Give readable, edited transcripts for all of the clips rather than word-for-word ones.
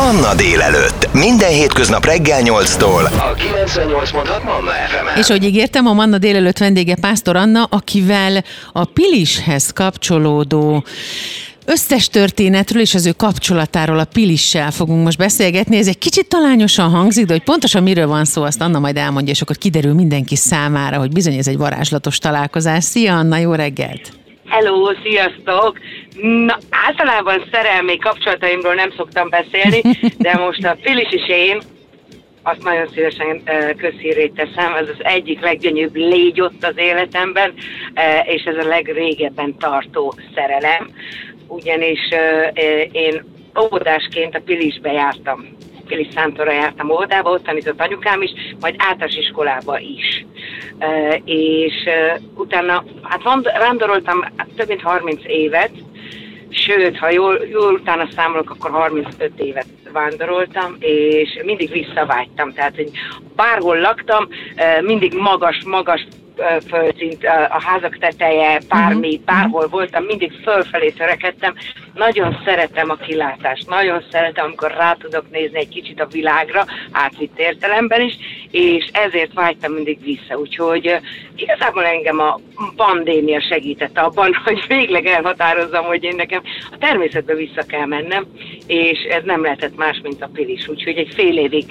Manna délelőtt. Minden hétköznap reggel 8-tól a 98.6 Manna FM-en. És ahogy ígértem, a Manna délelőtt vendége Pásztor Anna, akivel a Pilishez kapcsolódó összes történetről és az ő kapcsolatáról a Pilissel fogunk most beszélgetni. Ez egy kicsit talányosan hangzik, de hogy pontosan miről van szó, azt Anna majd elmondja, és akkor kiderül mindenki számára, hogy bizony ez egy varázslatos találkozás. Szia Anna, jó reggelt! Hello, sziasztok! Na, általában szerelmi kapcsolataimról nem szoktam beszélni, de most a Pilis és én azt nagyon szívesen közhírré teszem, ez az egyik leggyönyörűbb légy ott az életemben, és ez a legrégebben tartó szerelem, ugyanis én óvodásként a Pilisbe jártam. Pilis Szántóra jártam óvodába, ott tanított anyukám is, majd általános iskolába is. És utána hát vándoroltam több mint 30 évet, sőt, ha jól utána számolok, akkor 35 évet vándoroltam, és mindig visszavágytam. Tehát, hogy bárhol laktam, mindig magas földszint, a házak teteje, bárhol voltam, mindig fölfelé törekedtem. Nagyon szeretem a kilátást, nagyon szeretem, amikor rá tudok nézni egy kicsit a világra, átvitt értelemben is, és ezért vágytam mindig vissza. Úgyhogy igazából engem a pandémia segített abban, hogy végleg elhatározzam, hogy én nekem a természetbe vissza kell mennem, és ez nem lehetett más, mint a Pilis. Úgyhogy egy fél évig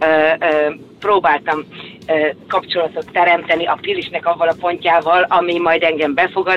próbáltam kapcsolatot teremteni a Pilisnek avval a pontjával, ami majd engem befogad,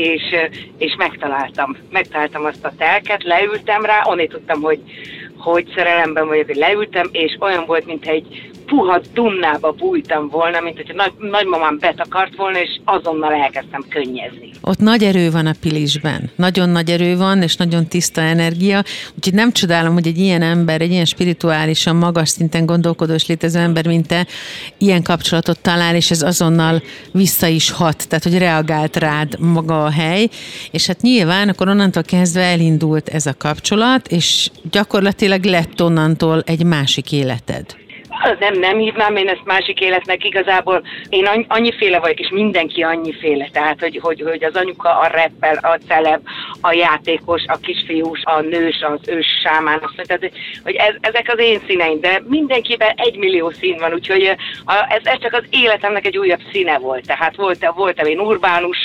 és megtaláltam azt a telket, leültem rá, onnét tudtam, hogy szerelemben vagyok, hogy leültem, és olyan volt, mintha egy puha dunnába bújtam volna, mint hogyha nagymamám betakart volna, és azonnal elkezdtem könnyezni. Ott nagy erő van a Pilisben. Nagyon nagy erő van, és nagyon tiszta energia. Úgyhogy nem csodálom, hogy egy ilyen ember, egy ilyen spirituálisan magas szinten gondolkodó és létező ember, mint te, ilyen kapcsolatot talál, és ez azonnal vissza is hat. Tehát, hogy reagált rád maga a hely. És hát nyilván akkor onnantól kezdve elindult ez a kapcsolat, és gyakorlatilag lett onnantól egy másik életed. Nem hívnám én ezt másik életnek, igazából én annyiféle vagyok, és mindenki annyiféle, tehát hogy az anyuka, a rapper, a celeb, a játékos, a kisfiús, a nős, az ős sámán, tehát hogy ezek az én színeim, de mindenkiben 1 millió szín van, úgyhogy ez csak az életemnek egy újabb színe volt, tehát voltam én urbánus,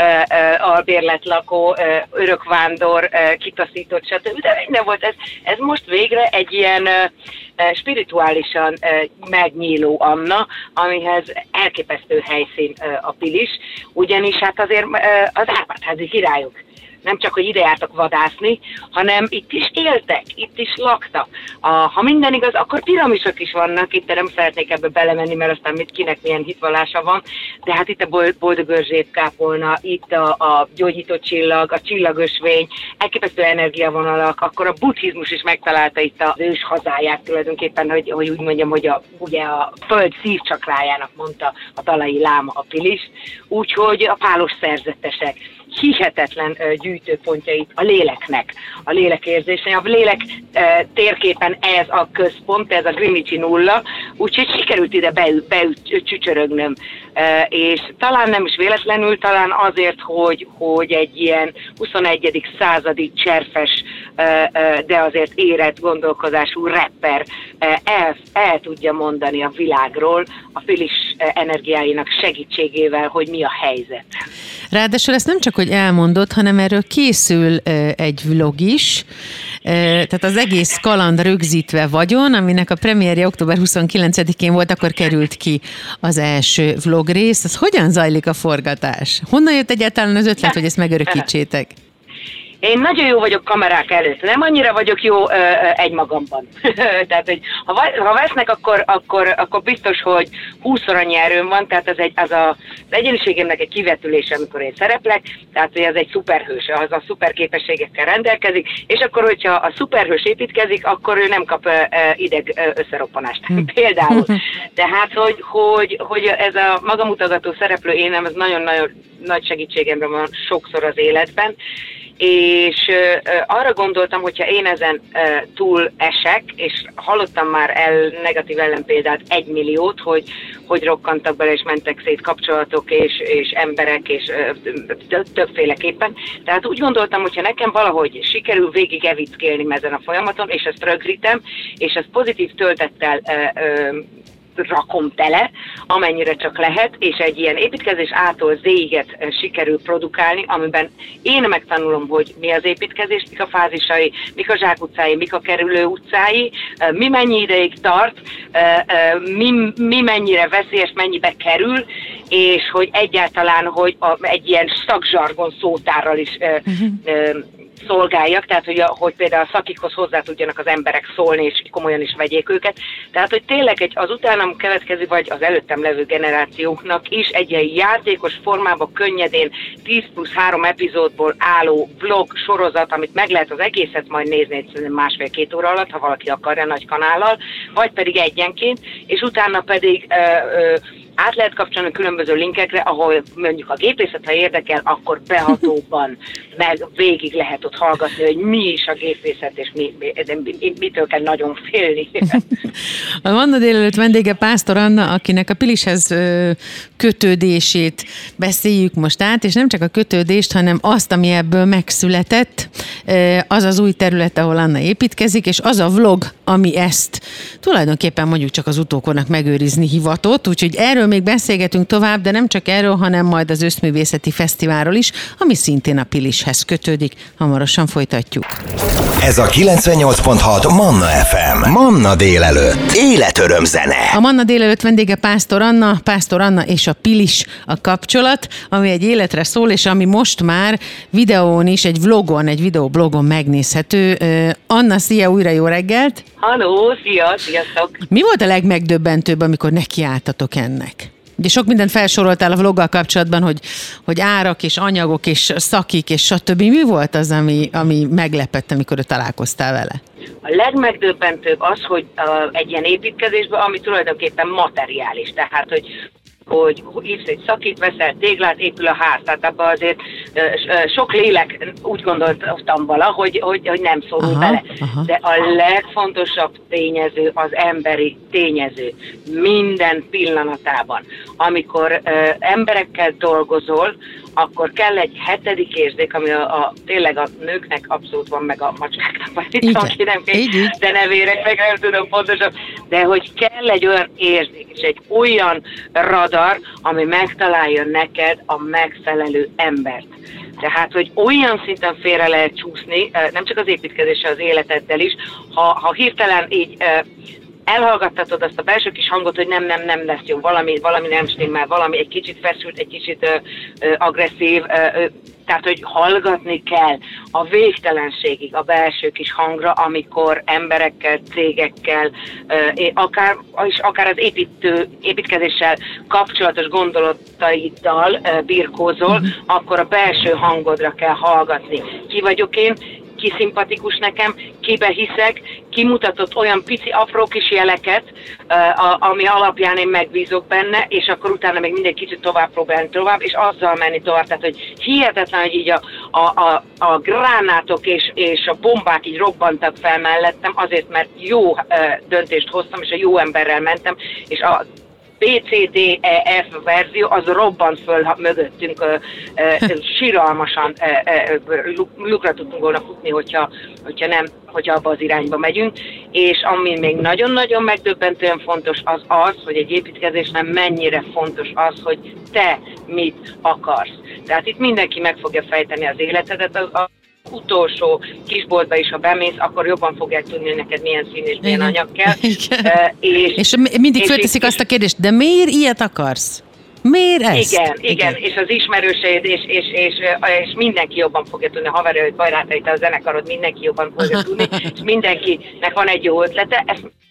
albérletlakó, örökvándor, kitaszított, stb. De minden volt, ez most végre egy ilyen spirituálisan megnyíló Anna, amihez elképesztő helyszín a Pilis, ugyanis hát azért az Árpád-házi királyok nem csak, hogy ide jártak vadászni, hanem itt is éltek, itt is laktak. Ha minden igaz, akkor piramisok is vannak, itt nem szeretnék ebbe belemenni, mert aztán kinek milyen hitvallása van, de hát itt a boldogőrzsét kápolna, itt a gyógyító csillag, a csillagösvény, elképesztő energiavonalak, akkor a buddhizmus is megtalálta itt az ős hazáját tulajdonképpen, hogy úgy mondjam, hogy ugye a föld szívcsakrájának mondta a dalai láma a Pilis, úgyhogy a pálos szerzetesek, hihetetlen gyűjtőpontjait a léleknek, a lélekérzésen. A lélek térképen ez a központ, ez a Greenwichi nulla, úgyhogy sikerült ide beücsücsörögnöm. És talán nem is véletlenül, talán azért, hogy egy ilyen 21. századi cserfes, de azért érett gondolkozású rapper el tudja mondani a világról a Pilis energiáinak segítségével, hogy mi a helyzet. Ráadásul ezt nem csak, hogy elmondod, hanem erről készül egy vlog is, tehát az egész kaland rögzítve vagyon, aminek a premierje október 29-én volt, akkor került ki az első vlog rész. Ez hogyan zajlik a forgatás? Honnan jött egyáltalán az ötlet, hogy ezt megörökítsétek? Én nagyon jó vagyok kamerák előtt, nem annyira vagyok jó egymagamban. Tehát, hogy ha vesznek, akkor biztos, hogy 20-szor annyi erőm van, tehát az egyéniségemnek egy kivetülése, amikor én szereplek, tehát hogy ez egy szuperhős, az a szuper képességekkel rendelkezik, és akkor, hogyha a szuperhős építkezik, akkor ő nem kap ideg összeroppanást. Például. Tehát, hogy ez a magamutogató szereplő énem, ez nagyon-nagyon nagy segítségemre van sokszor az életben, és arra gondoltam, hogyha én ezen túl esek, és hallottam már negatív ellenpéldát 1 milliót, hogy rokkantak bele és mentek szét kapcsolatok és emberek, és többféleképpen. Tehát úgy gondoltam, hogyha nekem valahogy sikerül végig evickélni ezen a folyamaton, és ezt rögzítem, és ezt pozitív töltettel rakom tele, amennyire csak lehet, és egy ilyen építkezés A-tól Z-iget sikerül produkálni, amiben én megtanulom, hogy mi az építkezés, mik a fázisai, mik a zsákutcái, mik a kerülő utcái, mi mennyi ideig tart, mi mennyire veszélyes, mennyibe kerül, és hogy egyáltalán, hogy egy ilyen szakzsargon szótárral is szolgáljak, tehát hogy például a szakikhoz hozzá tudjanak az emberek szólni, és komolyan is vegyék őket. Tehát, hogy tényleg az utánam következő, vagy az előttem levő generációknak is egy ilyen játékos formában könnyedén 10+3 epizódból álló vlog sorozat, amit meg lehet az egészet majd nézni 1,5-2 óra alatt, ha valaki akarja nagy kanállal, vagy pedig egyenként, és utána pedig át lehet kapcsolni különböző linkekre, ahol mondjuk a gépészet, ha érdekel, akkor behatóban meg végig lehet ott hallgatni, hogy mi is a gépészet, és mitől kell nagyon félni. A Manna délelőtt vendége Pásztor Anna, akinek a Pilishez kötődését beszéljük most át, és nem csak a kötődést, hanem azt, ami ebből megszületett, az az új terület, ahol Anna építkezik, és az a vlog, ami ezt tulajdonképpen mondjuk csak az utókornak megőrizni hivatott, úgyhogy erről még beszélgetünk tovább, de nem csak erről, hanem majd az Összművészeti Fesztiválról is, ami szintén a Pilishez kötődik. Hamarosan folytatjuk. Ez a 98.6 Manna FM. Manna délelőtt. Életöröm zene. A Manna délelőtt vendége Pásztor Anna és a Pilis a kapcsolat, ami egy életre szól, és ami most már videón is, egy videoblogon megnézhető. Anna, szia, újra jó reggelt! Halló, sziasztok! Mi volt a legmegdöbbentőbb, amikor nekiálltatok ennek? Ugye sok mindent felsoroltál a vloggal kapcsolatban, hogy árak és anyagok és szakik és stb. Mi volt az, ami meglepett, amikor találkoztál vele? A legmegdöbbentőbb az, hogy egy ilyen építkezésben, ami tulajdonképpen materiális, tehát hogy hívsz egy szakit, veszel téglát, épül a ház. Tehát abban azért sok lélek, úgy gondoltam valahogy, hogy nem szorul bele. De a legfontosabb tényező az emberi tényező. Minden pillanatában. Amikor emberekkel dolgozol, akkor kell egy hetedik érzék, ami tényleg a nőknek abszolút van, meg a macskáknak van itt, aki nem de nevéreknek nem tudom pontosan, de hogy kell egy olyan érzék, és egy olyan radar, ami megtalálja neked a megfelelő embert. Tehát, hogy olyan szinten félre lehet csúszni, nem csak az építkezéssel, az életeddel is, ha hirtelen így elhallgattatod azt a belső kis hangot, hogy nem lesz jó, valami nem stimmel, valami egy kicsit feszült, egy kicsit agresszív, tehát, hogy hallgatni kell a végtelenségig a belső kis hangra, amikor emberekkel, cégekkel, akár az építkezéssel kapcsolatos gondolataiddal birkózol, akkor a belső hangodra kell hallgatni. Ki vagyok én? Ki szimpatikus nekem, kibe hiszek, kimutatott olyan pici, apró kis jeleket, ami alapján én megbízok benne, és akkor utána még mindegy kicsit próbálni tovább, és azzal menni tovább. Tehát, hogy hihetetlen, hogy így a gránátok és a bombák így robbantak fel mellettem, azért, mert jó döntést hoztam, és a jó emberrel mentem, és a BCDEF verzió, az robbant föl mögöttünk, siralmasan lukra tudtunk volna futni, hogyha abba az irányba megyünk. És ami még nagyon-nagyon megdöbbentően fontos, az, hogy egy építkezésnél mennyire fontos az, hogy te mit akarsz. Tehát itt mindenki meg fogja fejteni az életedet, az utolsó kisboltba is, ha bemész, akkor jobban fogják tudni, hogy neked milyen szín és milyen anyag kell. És mindig fölteszik azt a kérdést, de miért ilyet akarsz? Miért ezt? Igen, és az ismerőseid, és mindenki jobban fogja tudni, a haverjaid, barátaid, a zenekarod, mindenki jobban fogja tudni, és mindenkinek van egy jó ötlete, ezt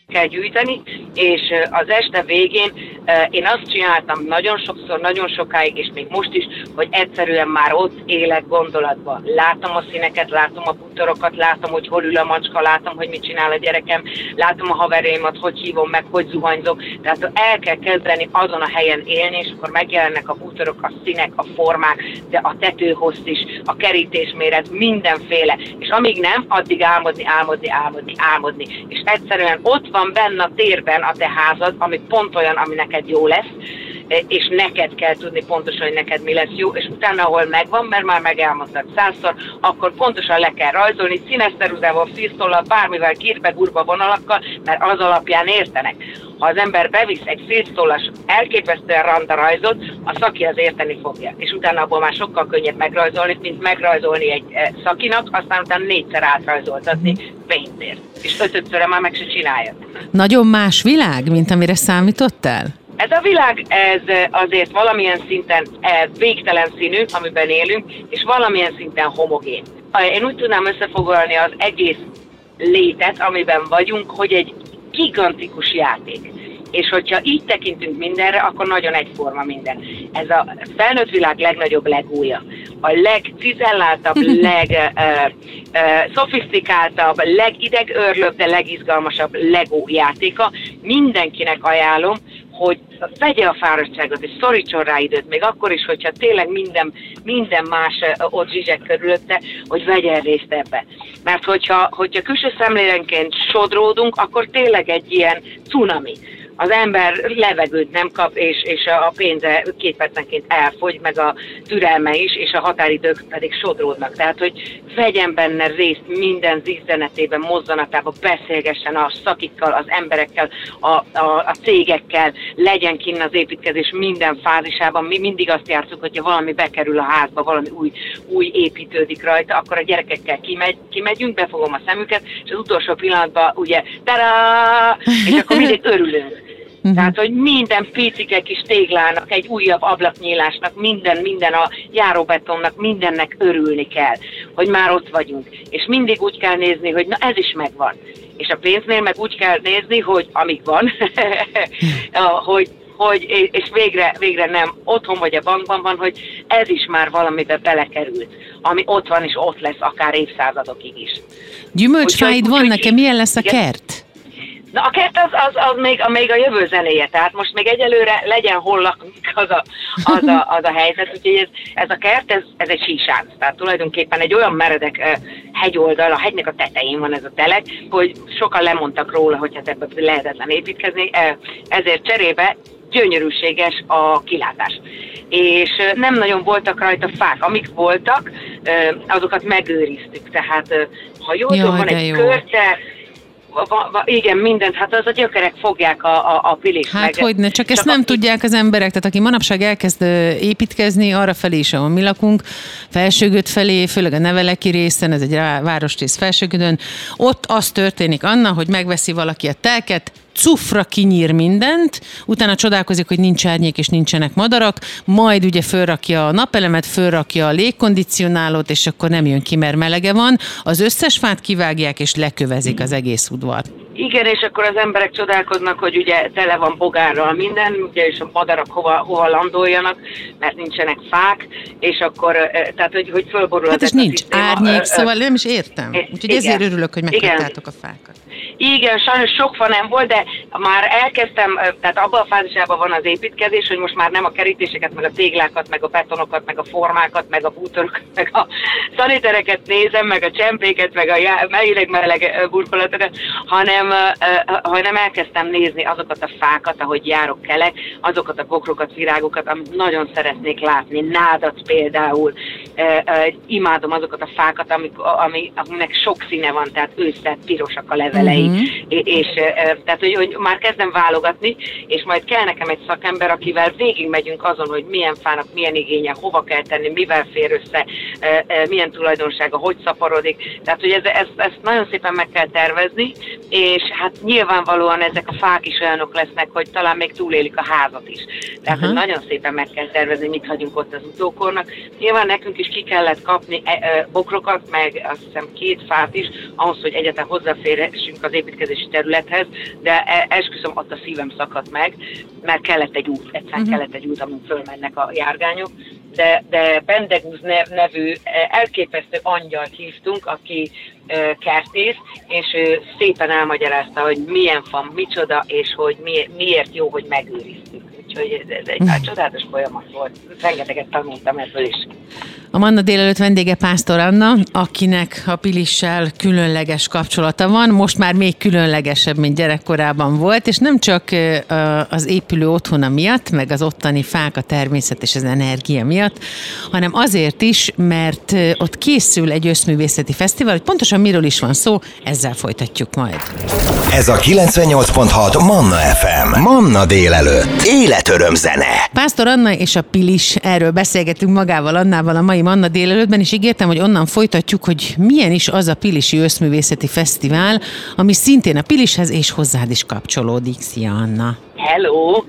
kell gyűjteni, és az este végén én azt csináltam nagyon sokszor, nagyon sokáig, és még most is, hogy egyszerűen már ott élek gondolatban. Látom a színeket, látom a bútorokat, látom, hogy hol ül a macska, látom, hogy mit csinál a gyerekem, látom a haverjaimat, hogy hívom meg, hogy zuhanyzok. Tehát el kell kezdeni azon a helyen élni, és akkor megjelennek a bútorok, a színek, a formák, de a tetőhossz is, a kerítésméret, mindenféle. És amíg nem, addig álmodni. És egyszerűen ott van benne a térben a te házad, ami pont olyan, ami neked jó lesz, és neked kell tudni pontosan, hogy neked mi lesz jó, és utána, ahol megvan, mert már megelmondtad 100-szor, akkor pontosan le kell rajzolni, színes ceruzával, filztollal, bármivel, gírbe-gurba vonalakkal, mert az alapján értenek. Ha az ember bevisz egy filztollas, elképesztően randa rajzot, a szaki az érteni fogja. És utána abból már sokkal könnyebb megrajzolni, mint megrajzolni egy szakinak, aztán utána 4-szer átrajzoltatni pénzért. És 5-szörre már meg se csinálja. Nagyon más világ, mint amire számítottál? Ez a világ, ez azért valamilyen szinten végtelen színű, amiben élünk, és valamilyen szinten homogén. Én úgy tudnám összefoglalni az egész létet, amiben vagyunk, hogy egy gigantikus játék. És hogyha így tekintünk mindenre, akkor nagyon egyforma minden. Ez a felnőtt világ legnagyobb legója. A legcizelláltabb, legszofisztikáltabb, legidegőrlőbb, de legizgalmasabb Lego játéka. Mindenkinek ajánlom, hogy vegye a fáradtságot és szorítson rá időt, még akkor is, hogyha tényleg minden más ott zsizsek körülötte, hogy vegyen részt ebbe. Mert hogyha külső szemlélenként sodródunk, akkor tényleg egy ilyen cunami. Az ember levegőt nem kap, és a pénze 2 percenként elfogy, meg a türelme is, és a határidők pedig sodródnak. Tehát, hogy vegyen benne részt minden zizzenetében, mozzanatában, beszélgessen a szakikkal, az emberekkel, a cégekkel, legyen kinn az építkezés minden fázisában. Mi mindig azt játszunk, hogyha valami bekerül a házba, valami új építődik rajta, akkor a gyerekekkel kimegyünk, befogom a szemüket, és az utolsó pillanatban ugye tará, és akkor mindig örülünk. Tehát, hogy minden picike kis téglának, egy újabb ablaknyílásnak, minden a járóbetonnak, mindennek örülni kell, hogy már ott vagyunk. És mindig úgy kell nézni, hogy na ez is megvan. És a pénznél meg úgy kell nézni, hogy amíg van, és végre nem otthon vagy a bankban van, hogy ez is már valamibe belekerült, ami ott van és ott lesz akár évszázadokig is. Gyümölcsfáid van nekem, milyen lesz a kert? Na a kert az még a jövő zenéje, tehát most még egyelőre legyen hol lakunk az a helyzet, úgyhogy ez a kert, ez egy sísánc, tehát tulajdonképpen egy olyan meredek hegyoldal, a hegynek a tetején van ez a telek, hogy sokan lemondtak róla, hogy hát ebben lehetetlen építkezni, ezért cserébe gyönyörűséges a kilátás. És nem nagyon voltak rajta fák. Amik voltak, azokat megőriztük. Tehát, ha jól tudom, van egy körte, igen, mindent, hát az a gyökerek fogják a pilit. Hát hogyne, csak ezt nem tudják az emberek, tehát aki manapság elkezd építkezni, arra felé is, ahol mi lakunk, Felsőgöd felé, főleg a Neveleki részen, ez egy városrész Felsőgödön, ott az történik, Anna, hogy megveszi valaki a telket, cufra kinyír mindent, utána csodálkozik, hogy nincs árnyék és nincsenek madarak, majd ugye fölrakja a napelemet, fölrakja a légkondicionálót, és akkor nem jön ki, mert melege van. Az összes fát kivágják, és lekövezik az egész udvart. Igen, és akkor az emberek csodálkoznak, hogy ugye tele van bogárral minden, ugye, és a madarak hova landoljanak, mert nincsenek fák, és akkor, tehát, hogy fölborul hát az és nincs árnyék, szóval nem is értem. Úgyhogy ezért örülök, hogy megkaptátok a fákat. Igen, sajnos sok fa nem volt, de már elkezdtem, tehát abban a fázisában van az építkezés, hogy most már nem a kerítéseket, meg a téglákat, meg a betonokat, meg a formákat, meg a bútorokat, meg a szanitereket nézem, meg a csempéket, meg a meleg burkolatokat, hanem elkezdtem nézni azokat a fákat, ahogy járok kelek, azokat a bokrokat, virágokat, amit nagyon szeretnék látni, nádat például. Imádom azokat a fákat, aminek sok színe van, tehát ősszel pirosak a levelei. És tehát, hogy már kezdem válogatni, és majd kell nekem egy szakember, akivel végigmegyünk azon, hogy milyen fának milyen igénye, hova kell tenni, mivel fér össze, milyen tulajdonsága, hogy szaporodik. Tehát, hogy ezt nagyon szépen meg kell tervezni, és hát nyilvánvalóan ezek a fák is olyanok lesznek, hogy talán még túlélik a házat is. Tehát nagyon szépen meg kell tervezni, mit hagyunk ott az utókornak. Nyilván nekünk is ki kellett kapni bokrokat, meg azt hiszem 2 fát is, ahhoz, hogy egyáltalán hozzáférhessünk az építkezési területhez, de esküszöm, ott a szívem szakadt meg, mert kellett egy út, egyszerűen kellett egy út, amin fölmennek a járgányok. De Bendegúz nevű elképesztő angyalt hívtunk, aki kertész, és ő szépen elmagyarázta, hogy milyen fa, micsoda, és hogy miért jó, hogy megőriztük. Úgyhogy ez egy csodálatos folyamat volt. Rengeteget tanultam ebből is. A Manna délelőtt vendége Pásztor Anna, akinek a Pilissel különleges kapcsolata van, most már még különlegesebb, mint gyerekkorában volt, és nem csak az épülő otthona miatt, meg az ottani fák, a természet és az energia miatt, hanem azért is, mert ott készül egy összművészeti fesztivál, hogy pontosan miről is van szó, ezzel folytatjuk majd. Ez a 98.6 Manna FM. Manna délelőtt. Életöröm zene. Pásztor Anna és a Pilis, erről beszélgetünk magával, Annával a mai Manna délelőttben, és ígértem, hogy onnan folytatjuk, hogy milyen is az a Pilisi Összművészeti Fesztivál, ami szintén a Pilishez és hozzád is kapcsolódik. Szia, Anna! Hello!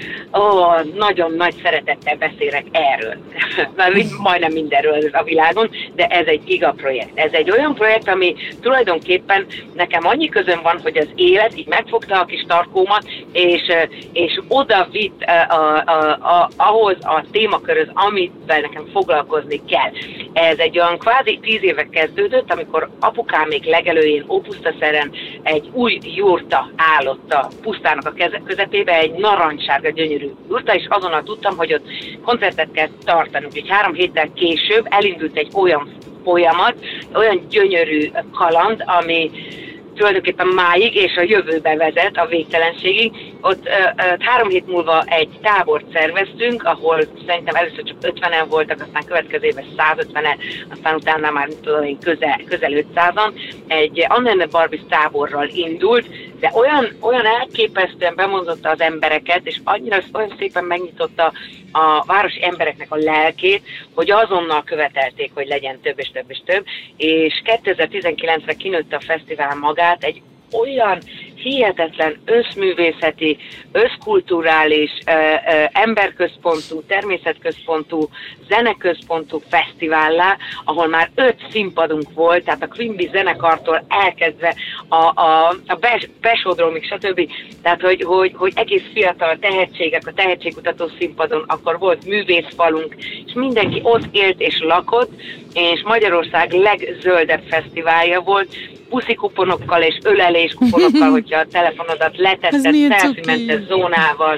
Nagyon nagy szeretettel beszélek erről. Majdnem mindenről a világon, de ez egy gigaprojekt. Ez egy olyan projekt, ami tulajdonképpen nekem annyi közöm van, hogy az élet így megfogta a kis tarkómat, és oda vitt ahhoz a témakörhöz, amivel nekem foglalkozni kell. Ez egy olyan kvázi 10 éve kezdődött, amikor apukám még legelőjén Ópusztaszeren egy új jurta állott a pusztának a közepébe, egy narancssárga gyönyörű jurta, és azonnal tudtam, hogy ott koncertet kell tartanunk. Úgyhogy 3 héttel később elindult egy olyan folyamat, olyan gyönyörű kaland, ami tulajdonképpen máig és a jövőbe vezet, a végtelenségig. Ott 3 hét múlva egy tábort szerveztünk, ahol szerintem először csak 50-en voltak, aztán következő évben 150-en, aztán utána már közel 500-an. Egy Anne Barbie táborral indult, de olyan elképesztően bemondott az embereket, és olyan szépen megnyitotta a városi embereknek a lelkét, hogy azonnal követelték, hogy legyen több és több és több, és 2019-re kinőtte a fesztivál magát egy olyan hihetetlen összművészeti, összkulturális, emberközpontú, természetközpontú, zeneközpontú fesztivállá, ahol már 5 színpadunk volt, tehát a Quimby zenekartól elkezdve a Besodromig, stb. Tehát, hogy egész fiatal a tehetségek, a tehetségkutató színpadon, akkor volt művészfalunk, és mindenki ott élt és lakott, és Magyarország legzöldebb fesztiválja volt, puszi kuponokkal és ölelés kuponokkal, hogyha a telefonodat letetted, selfie-mentes zónával,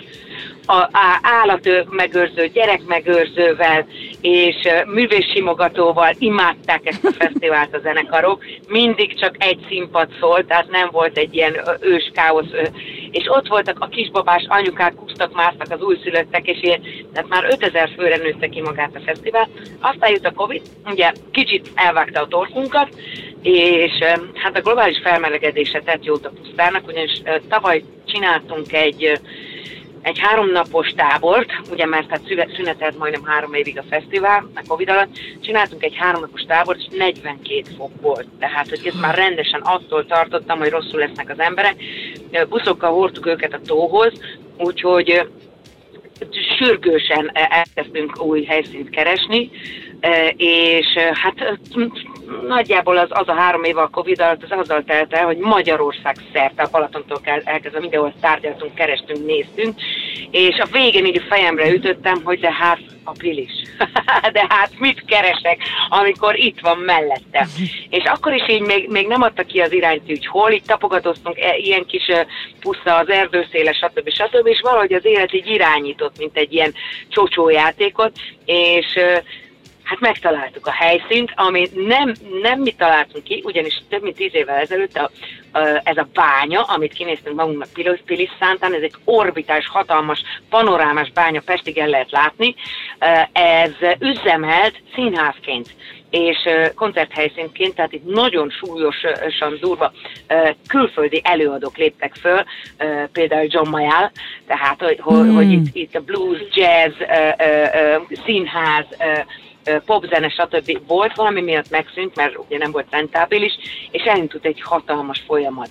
állatmegőrző, gyerekmegőrzővel és művészsimogatóval imádták ezt a fesztivált a zenekarok. Mindig csak egy színpad szólt, tehát nem volt egy ilyen ős káosz. És ott voltak a kisbabás anyukák, kusztak, másztak az újszülöttek, és ilyen, tehát már 5000 főre nőtte ki magát a fesztivál. Aztán jött a Covid, ugye kicsit elvágta a torkunkat, és hát a globális felmelegedése tett jót a pusztának, ugyanis tavaly csináltunk egy 3 napos tábort, ugye mert hát szünetelt majdnem 3 évig a fesztivál, a Covid alatt, csináltunk egy 3 napos tábort, és 42 fok volt. Tehát, hogy ez már rendesen attól tartottam, hogy rosszul lesznek az emberek. Buszokkal hordtuk őket a tóhoz, úgyhogy sürgősen elkezdtünk új helyszínt keresni, és hát nagyjából az a 3 év a Covid alatt az azzal telt el, hogy Magyarország szerte a Balatontól elkezdve mindenhol tárgyaltunk, kerestünk, néztünk, és a végén így a fejemre ütöttem, hogy de hát a Pilis. De hát mit keresek, amikor itt van mellette. És akkor is így még nem adta ki az irányt, hogy hol, így tapogatóztunk ilyen kis puszta az erdőszéle, stb. És valahogy az élet így irányított, mint egy ilyen csocsójátékot, és hát megtaláltuk a helyszínt, ami nem mi találtunk ki, ugyanis több mint 10 évvel ezelőtt ez a bánya, amit kinéztünk magunknak Pilisszántán, ez egy orbitális, hatalmas, panorámás bánya, Pestig el lehet látni, ez üzemelt színházként és koncerthelyszínként, tehát itt nagyon súlyosan durva külföldi előadók léptek föl, például John Mayall, tehát hogy itt a blues, jazz, színház, popzene, stb. Volt, valami miatt megszűnt, mert ugye nem volt rentábilis, és elindult egy hatalmas folyamat.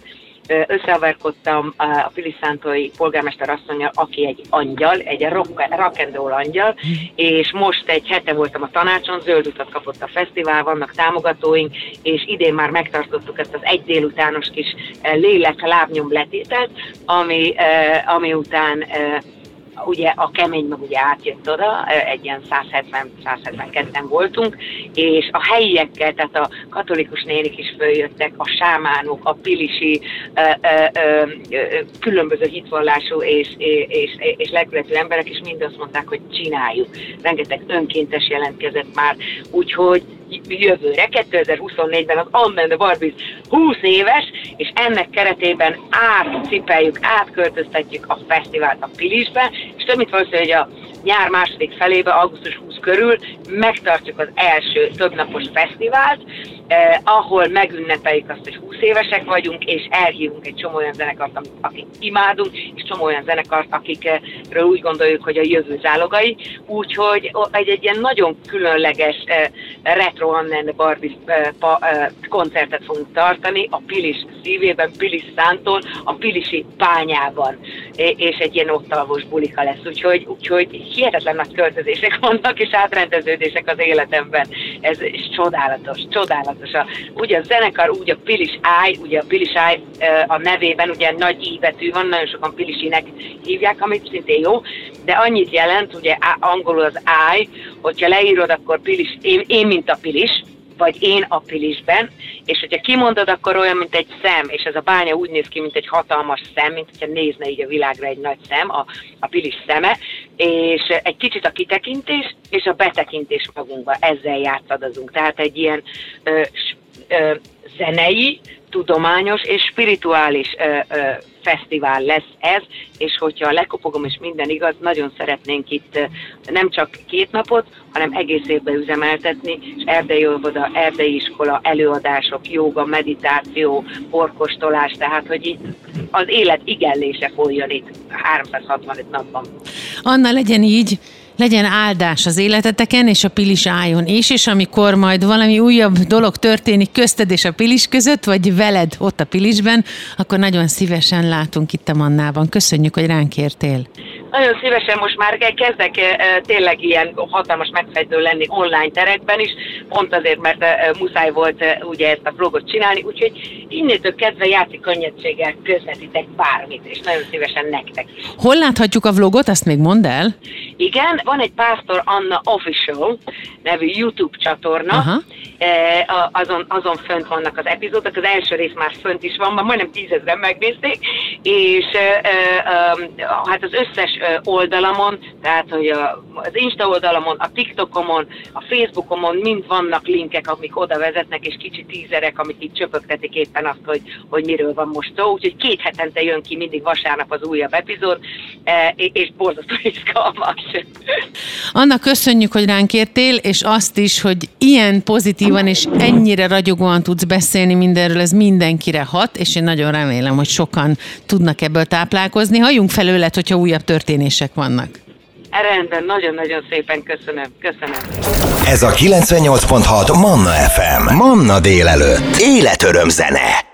összehaverkodtam a Pilis-szántói polgármester asszonnyal, aki egy angyal, egy rock and roll angyal, és most egy hete voltam a tanácson, zöld utat kapott a fesztivál, vannak támogatóink, és idén már megtartottuk ezt az egy délutános kis lélek-lábnyom letételt, ami után ugye a kemény meg ugye átjött oda, egy ilyen 170-172-en voltunk, és a helyiekkel, tehát a katolikus nénik is följöttek, a sámánok, a pilisi, különböző hitvallású és lelkületű emberek is mind azt mondták, hogy csináljuk. Rengeteg önkéntes jelentkezett már, úgyhogy jövőre, 2024-ben az Amen the Barbies 20 éves, és ennek keretében átcipeljük, átköltöztetjük a fesztivált a Pilisbe, és több mint valószínű, hogy a nyár második felébe, augusztus 20 körül megtartjuk az első többnapos fesztivált, ahol megünnepeljük azt, hogy 20 évesek vagyunk, és elhívunk egy csomó olyan zenekart, akik imádunk, és csomó olyan zenekart, akikről úgy gondoljuk, hogy a jövő zálogai. Úgyhogy egy ilyen nagyon különleges retro Amen the Barbies koncertet fogunk tartani a Pilis szívében, Pilis-szántón, a pilisi bányában, és egy ilyen ottalvos bulika lesz. Úgyhogy hihetetlen nagy költözések vannak, és átrendeződések az életemben. Ez csodálatos. Ugye a zenekar, úgy a Pilis Eye, ugye a Pilis Eye a nevében ugye nagy I betű van, nagyon sokan Pilisinek hívják, amit szintén jó, de annyit jelent, ugye angolul az Eye, hogyha leírod, akkor Pilis, én mint a Pilis, vagy én a Pilisben, és hogyha kimondod, akkor olyan, mint egy szem, és ez a bánya úgy néz ki, mint egy hatalmas szem, mint hogyha nézne így a világra egy nagy szem, a Pilis szeme, és egy kicsit a kitekintés, és a betekintés magunkba, ezzel játszadozunk. Tehát egy ilyen zenei, tudományos és spirituális fesztivál lesz ez, és hogyha lekopogom és minden igaz, nagyon szeretnénk itt nem csak 2 napot, hanem egész évben üzemeltetni, és erdei óvoda, erdei iskola, előadások, jóga, meditáció, orkostolás, tehát hogy itt az élet igenlése folyjon itt 365 napban. Anna, legyen így, legyen áldás az életeteken és a Pilis álljon is, és amikor majd valami újabb dolog történik közted és a Pilis között, vagy veled ott a Pilisben, akkor nagyon szívesen látunk itt a Mannában. Köszönjük, hogy ránk értél. Nagyon szívesen, most már kezdek tényleg ilyen hatalmas megfejtő lenni online terekben is, pont azért, mert muszáj volt ugye ezt a vlogot csinálni, úgyhogy innétől kezdve játszik könnyedséggel közvetítek bármit, és nagyon szívesen nektek is. Hol láthatjuk a vlogot, azt még mondd el? Igen, van egy Pásztor Anna Official nevű YouTube csatorna, azon fönt vannak az epizódok, az első rész már fönt is van, már majdnem 10 000-en megnézték, és hát az összes oldalamon, tehát hogy az Insta oldalamon, a TikTokomon, a Facebookomon mind vannak linkek, amik oda vezetnek, és kicsi tízerek, amik itt csöpögtetik éppen azt, hogy miről van most szó. Úgyhogy 2 hetente jön ki mindig vasárnap az újabb epizód, és borzasztó izgalmas. Anna, köszönjük, hogy ránk értél, és azt is, hogy ilyen pozitívan és ennyire ragyogóan tudsz beszélni mindenről, ez mindenkire hat, és én nagyon remélem, hogy sokan tudnak ebből táplálkozni. Halljunk felőled, hogyha újabb történések vannak. Rendben, nagyon-nagyon szépen köszönöm. Ez a 98.6 Manna FM. Manna délelőtt. Életöröm zene.